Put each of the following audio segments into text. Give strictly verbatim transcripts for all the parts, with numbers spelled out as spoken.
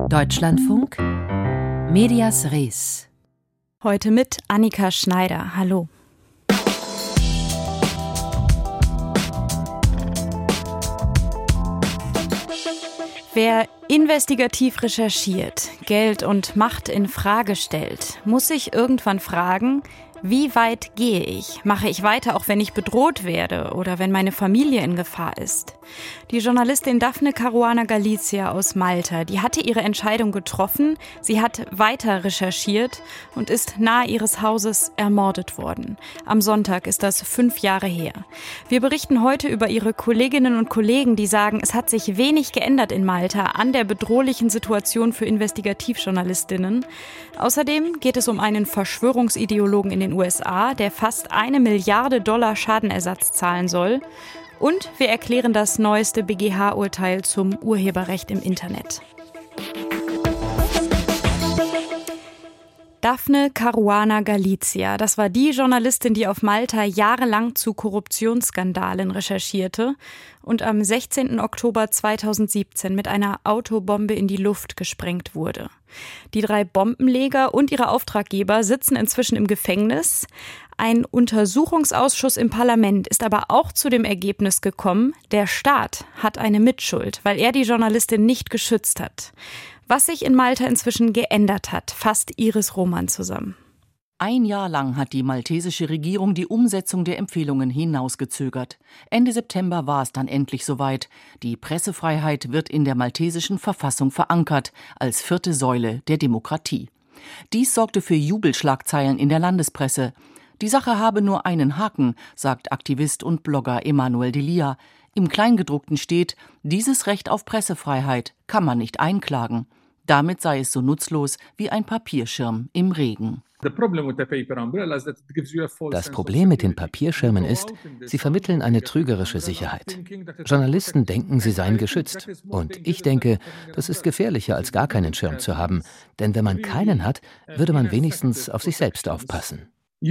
Deutschlandfunk Medias Res. Heute mit Annika Schneider. Hallo. Wer investigativ recherchiert, Geld und Macht in Frage stellt, muss sich irgendwann fragen, wie weit gehe ich? Mache ich weiter, auch wenn ich bedroht werde oder wenn meine Familie in Gefahr ist? Die Journalistin Daphne Caruana Galizia aus Malta, die hatte ihre Entscheidung getroffen. Sie hat weiter recherchiert und ist nahe ihres Hauses ermordet worden. Am Sonntag ist das fünf Jahre her. Wir berichten heute über ihre Kolleginnen und Kollegen, die sagen, es hat sich wenig geändert in Malta an der bedrohlichen Situation für Investigativjournalistinnen. Außerdem geht es um einen Verschwörungsideologen in den U S A, der fast eine Milliarde Dollar Schadenersatz zahlen soll. Und wir erklären das neueste B G H-Urteil zum Urheberrecht im Internet. Daphne Caruana Galizia, das war die Journalistin, die auf Malta jahrelang zu Korruptionsskandalen recherchierte und am sechzehnten Oktober zweitausendsiebzehn mit einer Autobombe in die Luft gesprengt wurde. Die drei Bombenleger und ihre Auftraggeber sitzen inzwischen im Gefängnis. Ein Untersuchungsausschuss im Parlament ist aber auch zu dem Ergebnis gekommen, der Staat hat eine Mitschuld, weil er die Journalistin nicht geschützt hat. Was sich in Malta inzwischen geändert hat, fasst Iris Roman zusammen. Ein Jahr lang hat die maltesische Regierung die Umsetzung der Empfehlungen hinausgezögert. Ende September war es dann endlich soweit. Die Pressefreiheit wird in der maltesischen Verfassung verankert, als vierte Säule der Demokratie. Dies sorgte für Jubelschlagzeilen in der Landespresse. Die Sache habe nur einen Haken, sagt Aktivist und Blogger Emanuel Delia. Im Kleingedruckten steht, dieses Recht auf Pressefreiheit kann man nicht einklagen. Damit sei es so nutzlos wie ein Papierschirm im Regen. Das Problem mit den Papierschirmen ist, sie vermitteln eine trügerische Sicherheit. Journalisten denken, sie seien geschützt. Und ich denke, das ist gefährlicher, als gar keinen Schirm zu haben. Denn wenn man keinen hat, würde man wenigstens auf sich selbst aufpassen.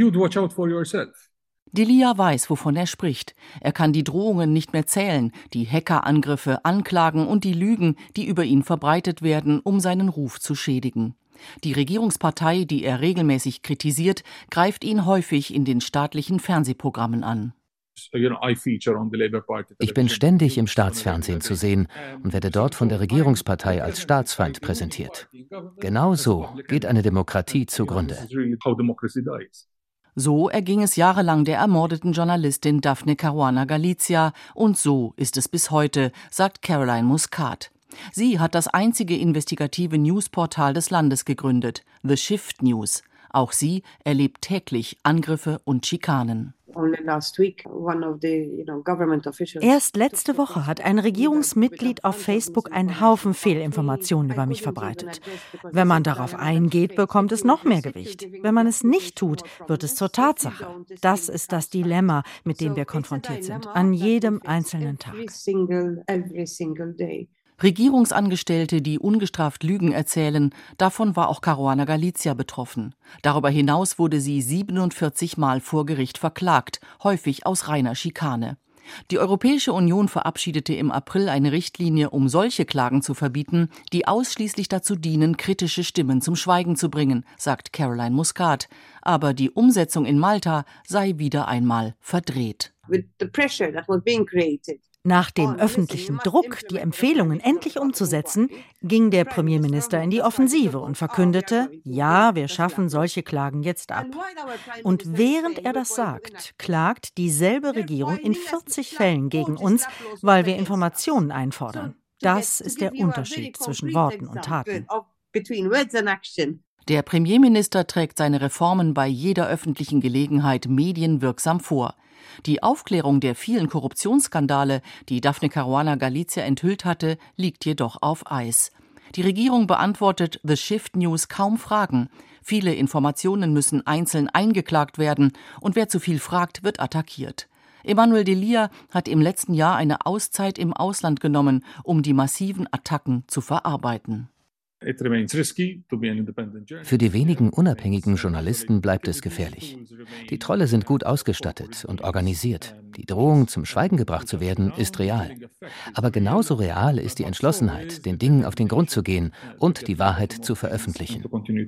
Delia weiß, wovon er spricht. Er kann die Drohungen nicht mehr zählen, die Hackerangriffe, Anklagen und die Lügen, die über ihn verbreitet werden, um seinen Ruf zu schädigen. Die Regierungspartei, die er regelmäßig kritisiert, greift ihn häufig in den staatlichen Fernsehprogrammen an. Ich bin ständig im Staatsfernsehen zu sehen und werde dort von der Regierungspartei als Staatsfeind präsentiert. Genau so geht eine Demokratie zugrunde. So erging es jahrelang der ermordeten Journalistin Daphne Caruana Galizia und so ist es bis heute, sagt Caroline Muscat. Sie hat das einzige investigative Newsportal des Landes gegründet, The Shift News. Auch sie erlebt täglich Angriffe und Schikanen. Erst letzte Woche hat ein Regierungsmitglied auf Facebook einen Haufen Fehlinformationen über mich verbreitet. Wenn man darauf eingeht, bekommt es noch mehr Gewicht. Wenn man es nicht tut, wird es zur Tatsache. Das ist das Dilemma, mit dem wir konfrontiert sind, an jedem einzelnen Tag. Regierungsangestellte, die ungestraft Lügen erzählen, davon war auch Caruana Galizia betroffen. Darüber hinaus wurde sie siebenundvierzig Mal vor Gericht verklagt, häufig aus reiner Schikane. Die Europäische Union verabschiedete im April eine Richtlinie, um solche Klagen zu verbieten, die ausschließlich dazu dienen, kritische Stimmen zum Schweigen zu bringen, sagt Caroline Muscat. Aber die Umsetzung in Malta sei wieder einmal verdreht. Nach dem öffentlichen Druck, die Empfehlungen endlich umzusetzen, ging der Premierminister in die Offensive und verkündete, ja, wir schaffen solche Klagen jetzt ab. Und während er das sagt, klagt dieselbe Regierung in vierzig Fällen gegen uns, weil wir Informationen einfordern. Das ist der Unterschied zwischen Worten und Taten. Der Premierminister trägt seine Reformen bei jeder öffentlichen Gelegenheit medienwirksam vor. Die Aufklärung der vielen Korruptionsskandale, die Daphne Caruana Galizia enthüllt hatte, liegt jedoch auf Eis. Die Regierung beantwortet The Shift News kaum Fragen. Viele Informationen müssen einzeln eingeklagt werden und wer zu viel fragt, wird attackiert. Emanuel Delia hat im letzten Jahr eine Auszeit im Ausland genommen, um die massiven Attacken zu verarbeiten. Für die wenigen unabhängigen Journalisten bleibt es gefährlich. Die Trolle sind gut ausgestattet und organisiert. Die Drohung, zum Schweigen gebracht zu werden, ist real. Aber genauso real ist die Entschlossenheit, den Dingen auf den Grund zu gehen und die Wahrheit zu veröffentlichen.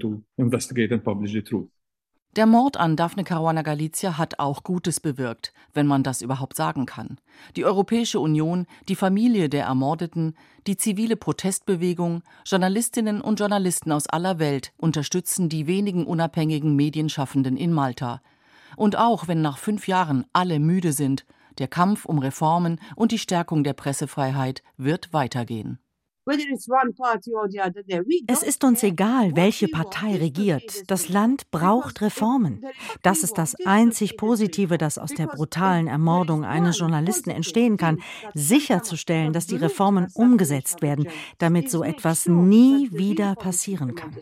Der Mord an Daphne Caruana Galizia hat auch Gutes bewirkt, wenn man das überhaupt sagen kann. Die Europäische Union, die Familie der Ermordeten, die zivile Protestbewegung, Journalistinnen und Journalisten aus aller Welt unterstützen die wenigen unabhängigen Medienschaffenden in Malta. Und auch wenn nach fünf Jahren alle müde sind, der Kampf um Reformen und die Stärkung der Pressefreiheit wird weitergehen. Es ist uns egal, welche Partei regiert. Das Land braucht Reformen. Das ist das einzig Positive, das aus der brutalen Ermordung eines Journalisten entstehen kann, sicherzustellen, dass die Reformen umgesetzt werden, damit so etwas nie wieder passieren kann.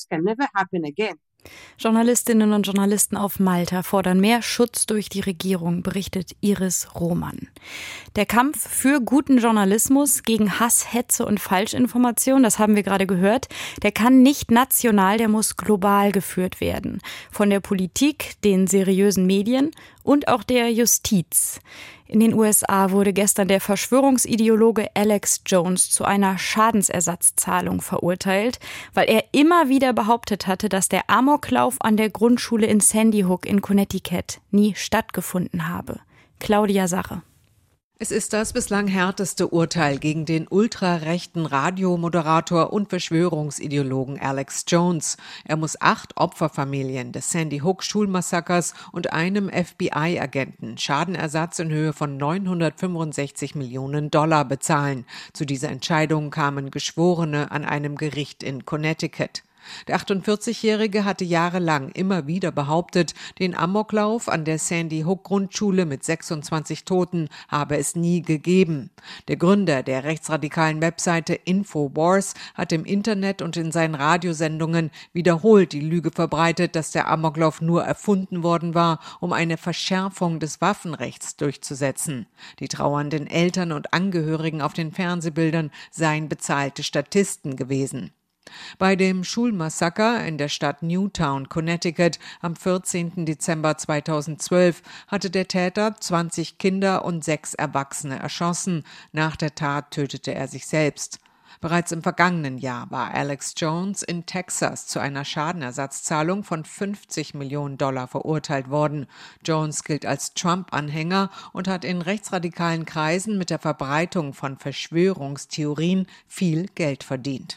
Journalistinnen und Journalisten auf Malta fordern mehr Schutz durch die Regierung, berichtet Iris Roman. Der Kampf für guten Journalismus gegen Hass, Hetze und Falschinformation, das haben wir gerade gehört, der kann nicht national, der muss global geführt werden. Von der Politik, den seriösen Medien und auch der Justiz. In den U S A wurde gestern der Verschwörungsideologe Alex Jones zu einer Schadensersatzzahlung verurteilt, weil er immer wieder behauptet hatte, dass der Amoklauf an der Grundschule in Sandy Hook in Connecticut nie stattgefunden habe. Claudia Sache. Es ist das bislang härteste Urteil gegen den ultrarechten Radiomoderator und Verschwörungsideologen Alex Jones. Er muss acht Opferfamilien des Sandy Hook Schulmassakers und einem F B I-Agenten Schadenersatz in Höhe von neunhundertfünfundsechzig Millionen Dollar bezahlen. Zu dieser Entscheidung kamen Geschworene an einem Gericht in Connecticut. Der achtundvierzigjährige hatte jahrelang immer wieder behauptet, den Amoklauf an der Sandy Hook Grundschule mit sechsundzwanzig Toten habe es nie gegeben. Der Gründer der rechtsradikalen Webseite Infowars hat im Internet und in seinen Radiosendungen wiederholt die Lüge verbreitet, dass der Amoklauf nur erfunden worden war, um eine Verschärfung des Waffenrechts durchzusetzen. Die trauernden Eltern und Angehörigen auf den Fernsehbildern seien bezahlte Statisten gewesen. Bei dem Schulmassaker in der Stadt Newtown, Connecticut, am vierzehnten Dezember zweitausendzwölf hatte der Täter zwanzig Kinder und sechs Erwachsene erschossen. Nach der Tat tötete er sich selbst. Bereits im vergangenen Jahr war Alex Jones in Texas zu einer Schadenersatzzahlung von fünfzig Millionen Dollar verurteilt worden. Jones gilt als Trump-Anhänger und hat in rechtsradikalen Kreisen mit der Verbreitung von Verschwörungstheorien viel Geld verdient.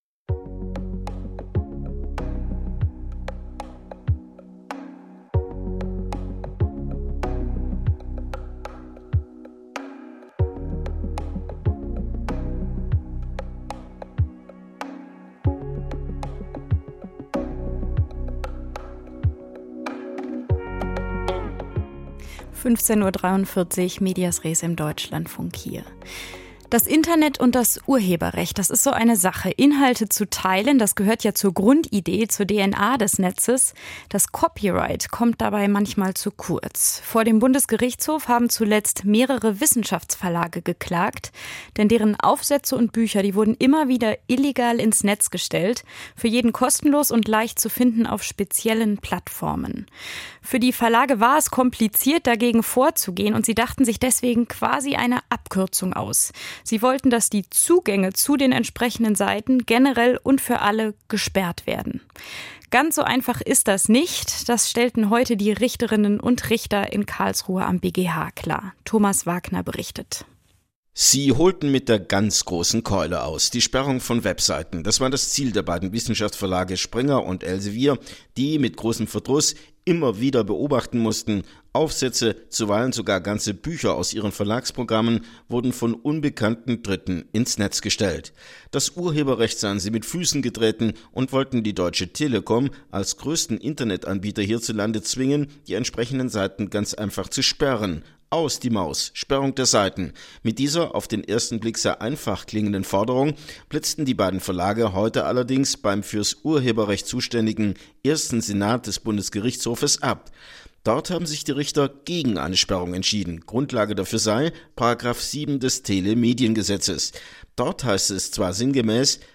fünfzehn Uhr dreiundvierzig, Medias Res im Deutschlandfunk hier. Das Internet und das Urheberrecht, das ist so eine Sache. Inhalte zu teilen, das gehört ja zur Grundidee, zur D N A des Netzes. Das Copyright kommt dabei manchmal zu kurz. Vor dem Bundesgerichtshof haben zuletzt mehrere Wissenschaftsverlage geklagt, denn deren Aufsätze und Bücher, die wurden immer wieder illegal ins Netz gestellt, für jeden kostenlos und leicht zu finden auf speziellen Plattformen. Für die Verlage war es kompliziert, dagegen vorzugehen, und sie dachten sich deswegen quasi eine Abkürzung aus. Sie wollten, dass die Zugänge zu den entsprechenden Seiten generell und für alle gesperrt werden. Ganz so einfach ist das nicht. Das stellten heute die Richterinnen und Richter in Karlsruhe am B G H klar. Thomas Wagner berichtet. Sie holten mit der ganz großen Keule aus. Die Sperrung von Webseiten. Das war das Ziel der beiden Wissenschaftsverlage Springer und Elsevier, die mit großem Verdruss immer wieder beobachten mussten, Aufsätze, zuweilen sogar ganze Bücher aus ihren Verlagsprogrammen wurden von unbekannten Dritten ins Netz gestellt. Das Urheberrecht sahen sie mit Füßen getreten und wollten die Deutsche Telekom als größten Internetanbieter hierzulande zwingen, die entsprechenden Seiten ganz einfach zu sperren. Aus die Maus, Sperrung der Seiten. Mit dieser auf den ersten Blick sehr einfach klingenden Forderung blitzten die beiden Verlage heute allerdings beim fürs Urheberrecht zuständigen ersten Senat des Bundesgerichtshofes ab. Dort haben sich die Richter gegen eine Sperrung entschieden. Grundlage dafür sei Paragraph sieben des Telemediengesetzes. Dort heißt es zwar sinngemäß,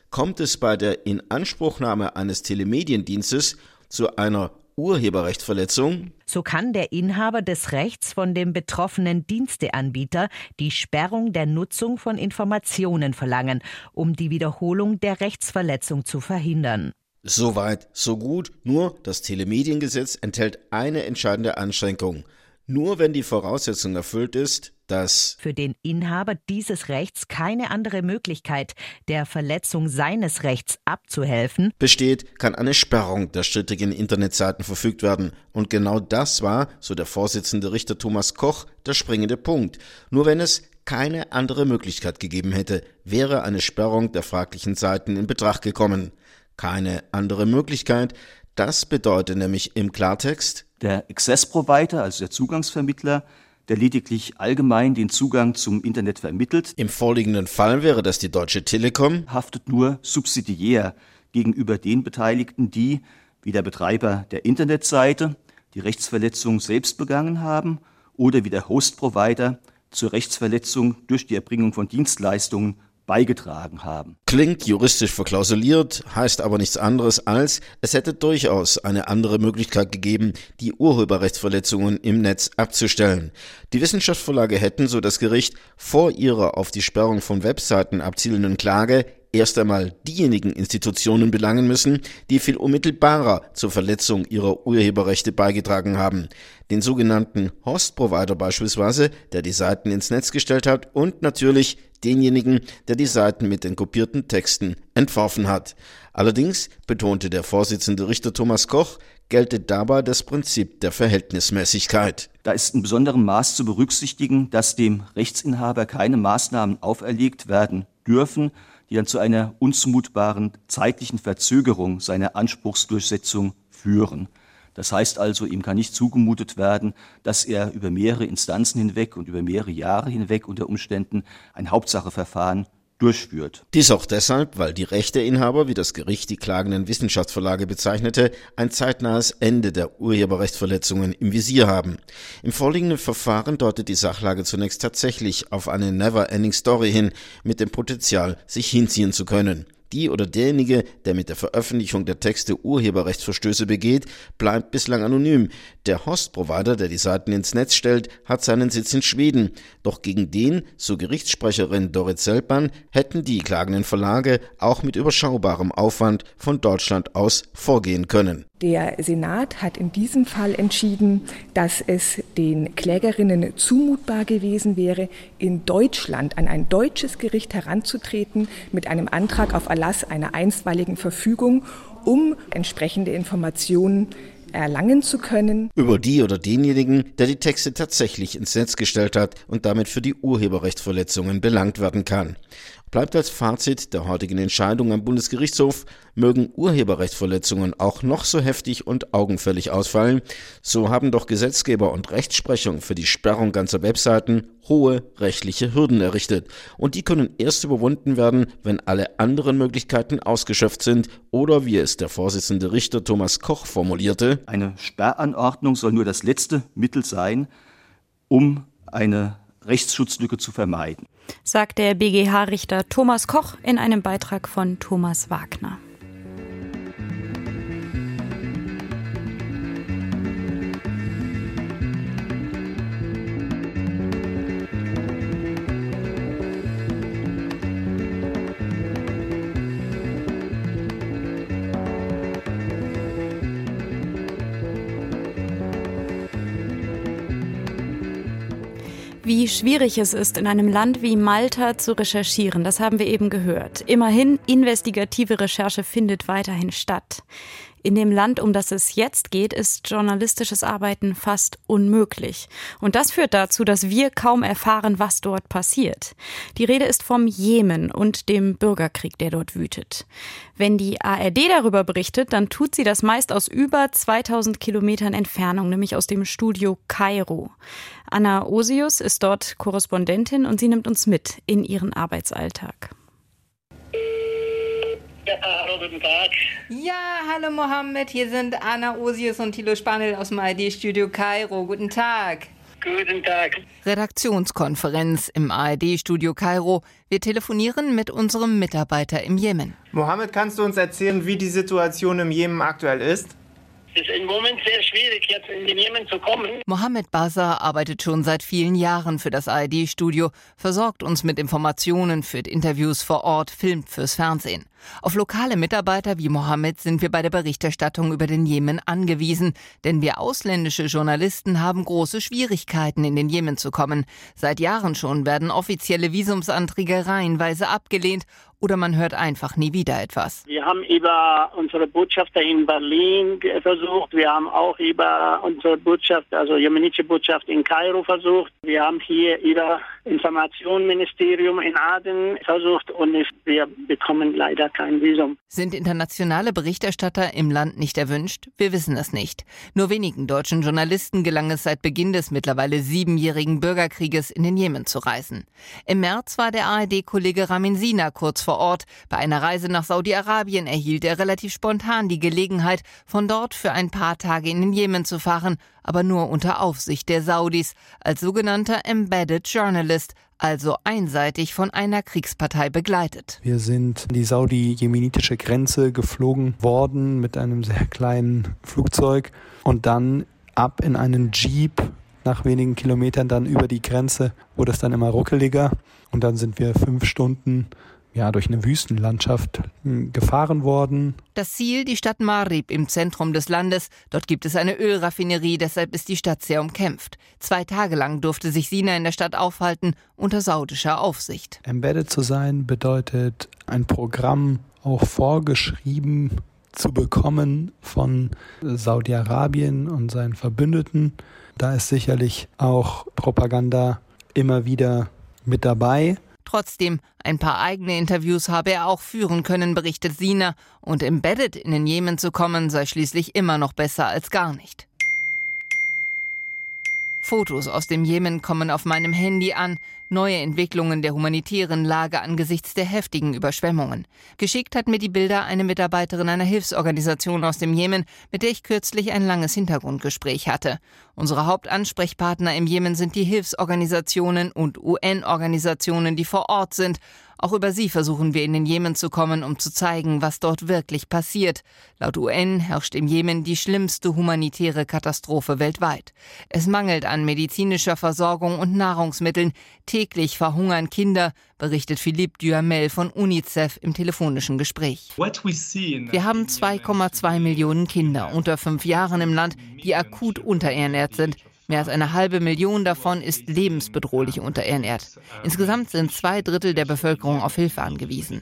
kommt es bei der Inanspruchnahme eines Telemediendienstes zu einer Urheberrechtsverletzung? So kann der Inhaber des Rechts von dem betroffenen Diensteanbieter die Sperrung der Nutzung von Informationen verlangen, um die Wiederholung der Rechtsverletzung zu verhindern. Soweit, so gut, nur das Telemediengesetz enthält eine entscheidende Einschränkung. Nur wenn die Voraussetzung erfüllt ist, dass für den Inhaber dieses Rechts keine andere Möglichkeit, der Verletzung seines Rechts abzuhelfen besteht, kann eine Sperrung der strittigen Internetseiten verfügt werden. Und genau das war, so der Vorsitzende Richter Thomas Koch, der springende Punkt. Nur wenn es keine andere Möglichkeit gegeben hätte, wäre eine Sperrung der fraglichen Seiten in Betracht gekommen. Keine andere Möglichkeit, das bedeutet nämlich im Klartext: Der Access-Provider, also der Zugangsvermittler, der lediglich allgemein den Zugang zum Internet vermittelt. Im vorliegenden Fall wäre das die Deutsche Telekom. Haftet nur subsidiär gegenüber den Beteiligten, die, wie der Betreiber der Internetseite, die Rechtsverletzung selbst begangen haben oder wie der Host-Provider zur Rechtsverletzung durch die Erbringung von Dienstleistungen beigetragen haben. Klingt juristisch verklausuliert, heißt aber nichts anderes als, es hätte durchaus eine andere Möglichkeit gegeben, die Urheberrechtsverletzungen im Netz abzustellen. Die Wissenschaftsverlage hätten, so das Gericht, vor ihrer auf die Sperrung von Webseiten abzielenden Klage erst einmal diejenigen Institutionen belangen müssen, die viel unmittelbarer zur Verletzung ihrer Urheberrechte beigetragen haben. Den sogenannten Host-Provider beispielsweise, der die Seiten ins Netz gestellt hat, und natürlich denjenigen, der die Seiten mit den kopierten Texten entworfen hat. Allerdings, betonte der Vorsitzende Richter Thomas Koch, gelte dabei das Prinzip der Verhältnismäßigkeit. Da ist in besonderem Maß zu berücksichtigen, dass dem Rechtsinhaber keine Maßnahmen auferlegt werden dürfen, die dann zu einer unzumutbaren zeitlichen Verzögerung seiner Anspruchsdurchsetzung führen. Das heißt also, ihm kann nicht zugemutet werden, dass er über mehrere Instanzen hinweg und über mehrere Jahre hinweg unter Umständen ein Hauptsacheverfahren durchführt. Dies auch deshalb, weil die Rechteinhaber, wie das Gericht die klagenden Wissenschaftsverlage bezeichnete, ein zeitnahes Ende der Urheberrechtsverletzungen im Visier haben. Im vorliegenden Verfahren deutet die Sachlage zunächst tatsächlich auf eine never-ending Story hin, mit dem Potenzial, sich hinziehen zu können. Die oder derjenige, der mit der Veröffentlichung der Texte Urheberrechtsverstöße begeht, bleibt bislang anonym. Der Host-Provider, der die Seiten ins Netz stellt, hat seinen Sitz in Schweden. Doch gegen den, so Gerichtssprecherin Dorit Seltmann, hätten die klagenden Verlage auch mit überschaubarem Aufwand von Deutschland aus vorgehen können. Der Senat hat in diesem Fall entschieden, dass es den Klägerinnen zumutbar gewesen wäre, in Deutschland an ein deutsches Gericht heranzutreten mit einem Antrag auf Erlass einer einstweiligen Verfügung, um entsprechende Informationen erlangen zu können. Über die oder denjenigen, der die Texte tatsächlich ins Netz gestellt hat und damit für die Urheberrechtsverletzungen belangt werden kann. Bleibt als Fazit der heutigen Entscheidung am Bundesgerichtshof, mögen Urheberrechtsverletzungen auch noch so heftig und augenfällig ausfallen, so haben doch Gesetzgeber und Rechtsprechung für die Sperrung ganzer Webseiten hohe rechtliche Hürden errichtet. Und die können erst überwunden werden, wenn alle anderen Möglichkeiten ausgeschöpft sind oder, wie es der Vorsitzende Richter Thomas Koch formulierte: Eine Sperranordnung soll nur das letzte Mittel sein, um eine Rechtsschutzlücke zu vermeiden, sagt der B G H-Richter Thomas Koch in einem Beitrag von Thomas Wagner. Wie schwierig es ist, in einem Land wie Malta zu recherchieren, das haben wir eben gehört. Immerhin, investigative Recherche findet weiterhin statt. In dem Land, um das es jetzt geht, ist journalistisches Arbeiten fast unmöglich. Und das führt dazu, dass wir kaum erfahren, was dort passiert. Die Rede ist vom Jemen und dem Bürgerkrieg, der dort wütet. Wenn die A R D darüber berichtet, dann tut sie das meist aus über zweitausend Kilometern Entfernung, nämlich aus dem Studio Kairo. Anna Osius ist dort Korrespondentin und sie nimmt uns mit in ihren Arbeitsalltag. Ja, hallo, guten Tag. Ja, hallo Mohammed, hier sind Anna Osius und Thilo Spanel aus dem I D-Studio Kairo. Guten Tag. Guten Tag. Redaktionskonferenz im A R D-Studio Kairo. Wir telefonieren mit unserem Mitarbeiter im Jemen. Mohammed, kannst du uns erzählen, wie die Situation im Jemen aktuell ist? Es ist im Moment sehr schwierig, jetzt in den Jemen zu kommen. Mohammed Bazar arbeitet schon seit vielen Jahren für das A R D-Studio, versorgt uns mit Informationen, führt Interviews vor Ort, filmt fürs Fernsehen. Auf lokale Mitarbeiter wie Mohammed sind wir bei der Berichterstattung über den Jemen angewiesen, denn wir ausländische Journalisten haben große Schwierigkeiten, in den Jemen zu kommen. Seit Jahren schon werden offizielle Visumsanträge reihenweise abgelehnt oder man hört einfach nie wieder etwas. Wir haben über unsere Botschafter in Berlin versucht, wir haben auch über unsere Botschaft, also jemenitische Botschaft in Kairo versucht. Wir haben hier über Informationsministerium in Aden versucht und wir bekommen leider kein Visum. Sind internationale Berichterstatter im Land nicht erwünscht? Wir wissen es nicht. Nur wenigen deutschen Journalisten gelang es seit Beginn des mittlerweile siebenjährigen Bürgerkrieges in den Jemen zu reisen. Im März war der A R D-Kollege Ramin Sina kurz vor Ort. Bei einer Reise nach Saudi-Arabien erhielt er relativ spontan die Gelegenheit, von dort für ein paar Tage in den Jemen zu fahren, aber nur unter Aufsicht der Saudis, als sogenannter Embedded Journalist, also einseitig von einer Kriegspartei begleitet. Wir sind an die saudi-jemenitische Grenze geflogen worden mit einem sehr kleinen Flugzeug und dann ab in einen Jeep, nach wenigen Kilometern dann über die Grenze, wurde es dann immer ruckeliger und dann sind wir fünf Stunden ja, durch eine Wüstenlandschaft gefahren worden. Das Ziel, die Stadt Marib im Zentrum des Landes. Dort gibt es eine Ölraffinerie, deshalb ist die Stadt sehr umkämpft. Zwei Tage lang durfte sich Sina in der Stadt aufhalten, unter saudischer Aufsicht. Embedded zu sein bedeutet, ein Programm auch vorgeschrieben zu bekommen von Saudi-Arabien und seinen Verbündeten. Da ist sicherlich auch Propaganda immer wieder mit dabei. Trotzdem, ein paar eigene Interviews habe er auch führen können, berichtet Sina. Und embedded in den Jemen zu kommen, sei schließlich immer noch besser als gar nicht. Fotos aus dem Jemen kommen auf meinem Handy an. Neue Entwicklungen der humanitären Lage angesichts der heftigen Überschwemmungen. Geschickt hat mir die Bilder eine Mitarbeiterin einer Hilfsorganisation aus dem Jemen, mit der ich kürzlich ein langes Hintergrundgespräch hatte. Unsere Hauptansprechpartner im Jemen sind die Hilfsorganisationen und U N-Organisationen, die vor Ort sind. Auch über sie versuchen wir in den Jemen zu kommen, um zu zeigen, was dort wirklich passiert. Laut U N herrscht im Jemen die schlimmste humanitäre Katastrophe weltweit. Es mangelt an medizinischer Versorgung und Nahrungsmitteln. Täglich verhungern Kinder, berichtet Philippe Duhamel von UNICEF im telefonischen Gespräch. Wir haben zwei Komma zwei Millionen Kinder unter fünf Jahren im Land, die akut unterernährt sind. Mehr als eine halbe Million davon ist lebensbedrohlich unterernährt. Insgesamt sind zwei Drittel der Bevölkerung auf Hilfe angewiesen.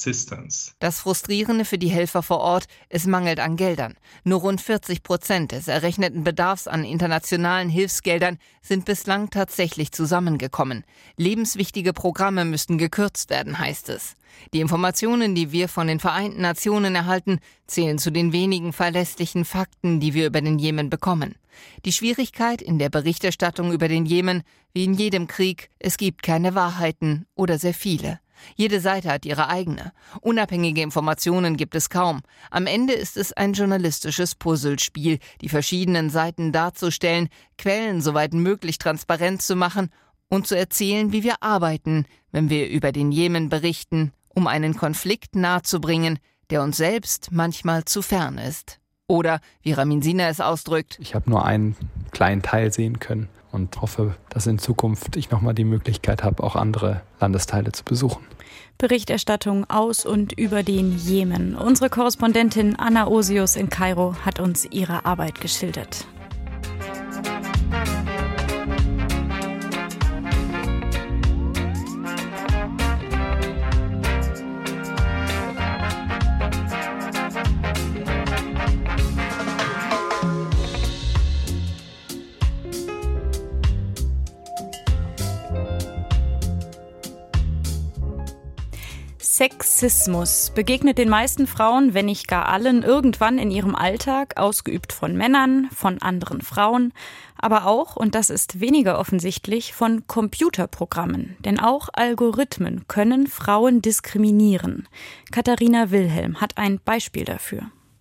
Das Frustrierende für die Helfer vor Ort, es mangelt an Geldern. Nur rund vierzig Prozent des errechneten Bedarfs an internationalen Hilfsgeldern sind bislang tatsächlich zusammengekommen. Lebenswichtige Programme müssten gekürzt werden, heißt es. Die Informationen, die wir von den Vereinten Nationen erhalten, zählen zu den wenigen verlässlichen Fakten, die wir über den Jemen bekommen. Die Schwierigkeit in der Berichterstattung über den Jemen, wie in jedem Krieg, es gibt keine Wahrheiten oder sehr viele. Jede Seite hat ihre eigene. Unabhängige Informationen gibt es kaum. Am Ende ist es ein journalistisches Puzzlespiel, die verschiedenen Seiten darzustellen, Quellen soweit möglich transparent zu machen und zu erzählen, wie wir arbeiten, wenn wir über den Jemen berichten, um einen Konflikt nahezubringen, der uns selbst manchmal zu fern ist. Oder, wie Ramin Sina es ausdrückt, ich habe nur einen kleinen Teil sehen können und hoffe, dass in Zukunft ich nochmal die Möglichkeit habe, auch andere Landesteile zu besuchen. Berichterstattung aus und über den Jemen. Unsere Korrespondentin Anna Osius in Kairo hat uns ihre Arbeit geschildert. Sexismus begegnet den meisten Frauen, wenn nicht gar allen, irgendwann in ihrem Alltag, ausgeübt von Männern, von anderen Frauen, aber auch, und das ist weniger offensichtlich, von Computerprogrammen. Denn auch Algorithmen können Frauen diskriminieren. Katharina Wilhelm hat ein Beispiel dafür.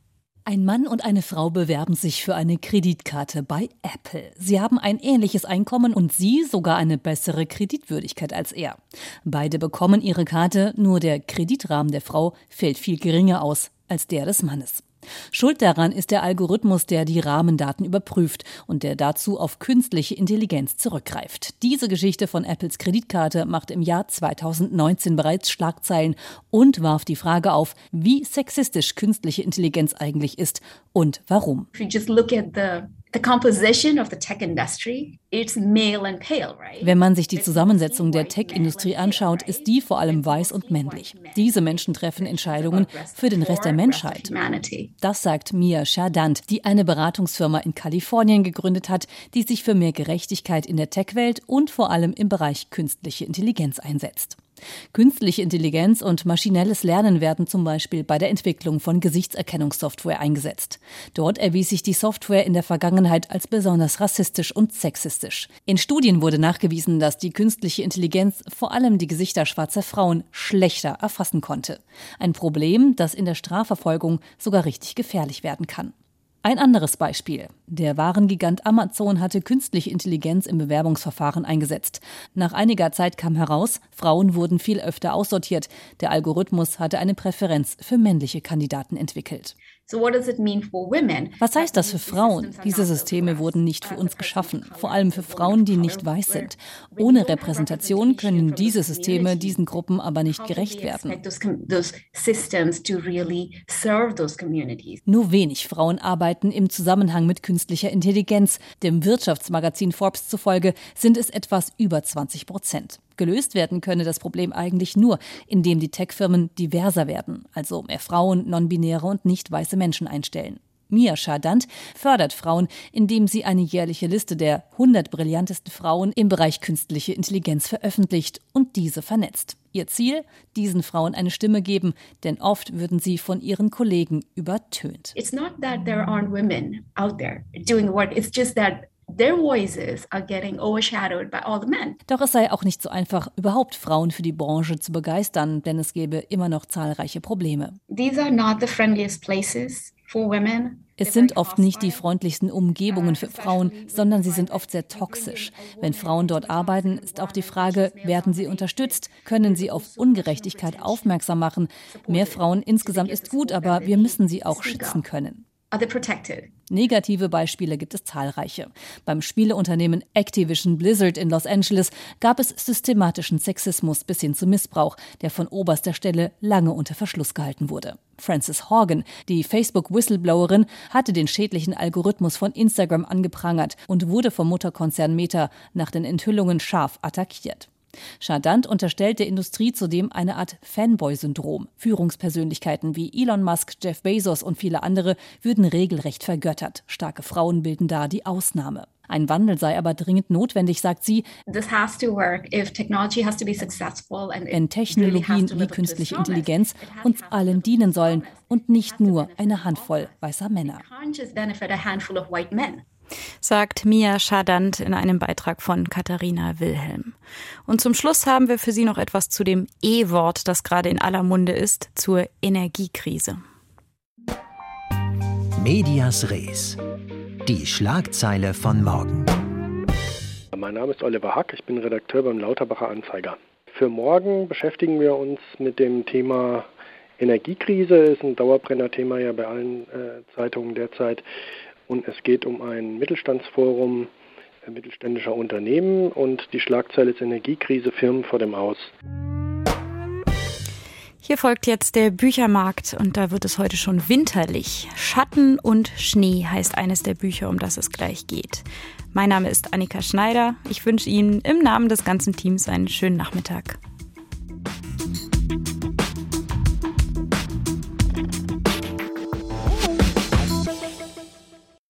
Ein Mann und eine Frau bewerben sich für eine Kreditkarte bei Apple. Sie haben ein ähnliches Einkommen und sie sogar eine bessere Kreditwürdigkeit als er. Beide bekommen ihre Karte, nur der Kreditrahmen der Frau fällt viel geringer aus als der des Mannes. Schuld daran ist der Algorithmus, der die Rahmendaten überprüft und der dazu auf künstliche Intelligenz zurückgreift. Diese Geschichte von Apples Kreditkarte machte im Jahr zweitausendneunzehn bereits Schlagzeilen und warf die Frage auf, wie sexistisch künstliche Intelligenz eigentlich ist und warum. If you just look at the The composition of the tech industry, it's male and pale, right? Wenn man sich die Zusammensetzung der Tech-Industrie anschaut, ist die vor allem weiß und männlich. Diese Menschen treffen Entscheidungen für den Rest der Menschheit. Das sagt Mia Chardant, die eine Beratungsfirma in Kalifornien gegründet hat, die sich für mehr Gerechtigkeit in der Tech-Welt und vor allem im Bereich künstliche Intelligenz einsetzt. Künstliche Intelligenz und maschinelles Lernen werden zum Beispiel bei der Entwicklung von Gesichtserkennungssoftware eingesetzt. Dort erwies sich die Software in der Vergangenheit als besonders rassistisch und sexistisch. In Studien wurde nachgewiesen, dass die künstliche Intelligenz vor allem die Gesichter schwarzer Frauen schlechter erfassen konnte. Ein Problem, das in der Strafverfolgung sogar richtig gefährlich werden kann. Ein anderes Beispiel. Der Warengigant Amazon hatte künstliche Intelligenz im Bewerbungsverfahren eingesetzt. Nach einiger Zeit kam heraus, Frauen wurden viel öfter aussortiert. Der Algorithmus hatte eine Präferenz für männliche Kandidaten entwickelt. Was heißt das für Frauen? Diese Systeme wurden nicht für uns geschaffen, vor allem für Frauen, die nicht weiß sind. Ohne Repräsentation können diese Systeme diesen Gruppen aber nicht gerecht werden. Nur wenig Frauen arbeiten im Zusammenhang mit künstlicher Intelligenz. Dem Wirtschaftsmagazin Forbes zufolge sind es etwas über zwanzig Prozent. Gelöst werden könne das Problem eigentlich nur, indem die Tech-Firmen diverser werden, also mehr Frauen, non-binäre und nicht weiße Menschen einstellen. Mia Chardant fördert Frauen, indem sie eine jährliche Liste der hundert brillantesten Frauen im Bereich künstliche Intelligenz veröffentlicht und diese vernetzt. Ihr Ziel? Diesen Frauen eine Stimme geben, denn oft würden sie von ihren Kollegen übertönt. It's not that there aren't women out there doing work, it's just that their voices are getting overshadowed by all the men. Doch es sei auch nicht so einfach, überhaupt Frauen für die Branche zu begeistern, denn es gäbe immer noch zahlreiche Probleme. These are not the friendliest places for women. Es sind oft nicht die freundlichsten Umgebungen für Frauen, sondern sie sind oft sehr toxisch. Wenn Frauen dort arbeiten, ist auch die Frage, werden sie unterstützt? Können sie auf Ungerechtigkeit aufmerksam machen? Mehr Frauen insgesamt ist gut, aber wir müssen sie auch schützen können. Are they protected? Negative Beispiele gibt es zahlreiche. Beim Spieleunternehmen Activision Blizzard in Los Angeles gab es systematischen Sexismus bis hin zu Missbrauch, der von oberster Stelle lange unter Verschluss gehalten wurde. Frances Horgan, die Facebook-Whistleblowerin, hatte den schädlichen Algorithmus von Instagram angeprangert und wurde vom Mutterkonzern Meta nach den Enthüllungen scharf attackiert. Chardant unterstellt der Industrie zudem eine Art Fanboy-Syndrom. Führungspersönlichkeiten wie Elon Musk, Jeff Bezos und viele andere würden regelrecht vergöttert. Starke Frauen bilden da die Ausnahme. Ein Wandel sei aber dringend notwendig, sagt sie, This has to work if technology has to be successful and wenn Technologien wie künstliche Intelligenz uns allen dienen sollen und nicht nur eine Handvoll weißer Männer. Sagt Mia Chardant in einem Beitrag von Katharina Wilhelm. Und zum Schluss haben wir für Sie noch etwas zu dem E-Wort, das gerade in aller Munde ist, zur Energiekrise. Medias Res. Die Schlagzeile von morgen. Mein Name ist Oliver Hack, ich bin Redakteur beim Lauterbacher Anzeiger. Für morgen beschäftigen wir uns mit dem Thema Energiekrise. Ist ein Dauerbrenner-Thema ja bei allen äh, Zeitungen derzeit. Und es geht um ein Mittelstandsforum äh, mittelständischer Unternehmen und die Schlagzeile ist Energiekrise, Firmen vor dem Aus. Hier folgt jetzt der Büchermarkt und da wird es heute schon winterlich. Schatten und Schnee heißt eines der Bücher, um das es gleich geht. Mein Name ist Annika Schneider. Ich wünsche Ihnen im Namen des ganzen Teams einen schönen Nachmittag.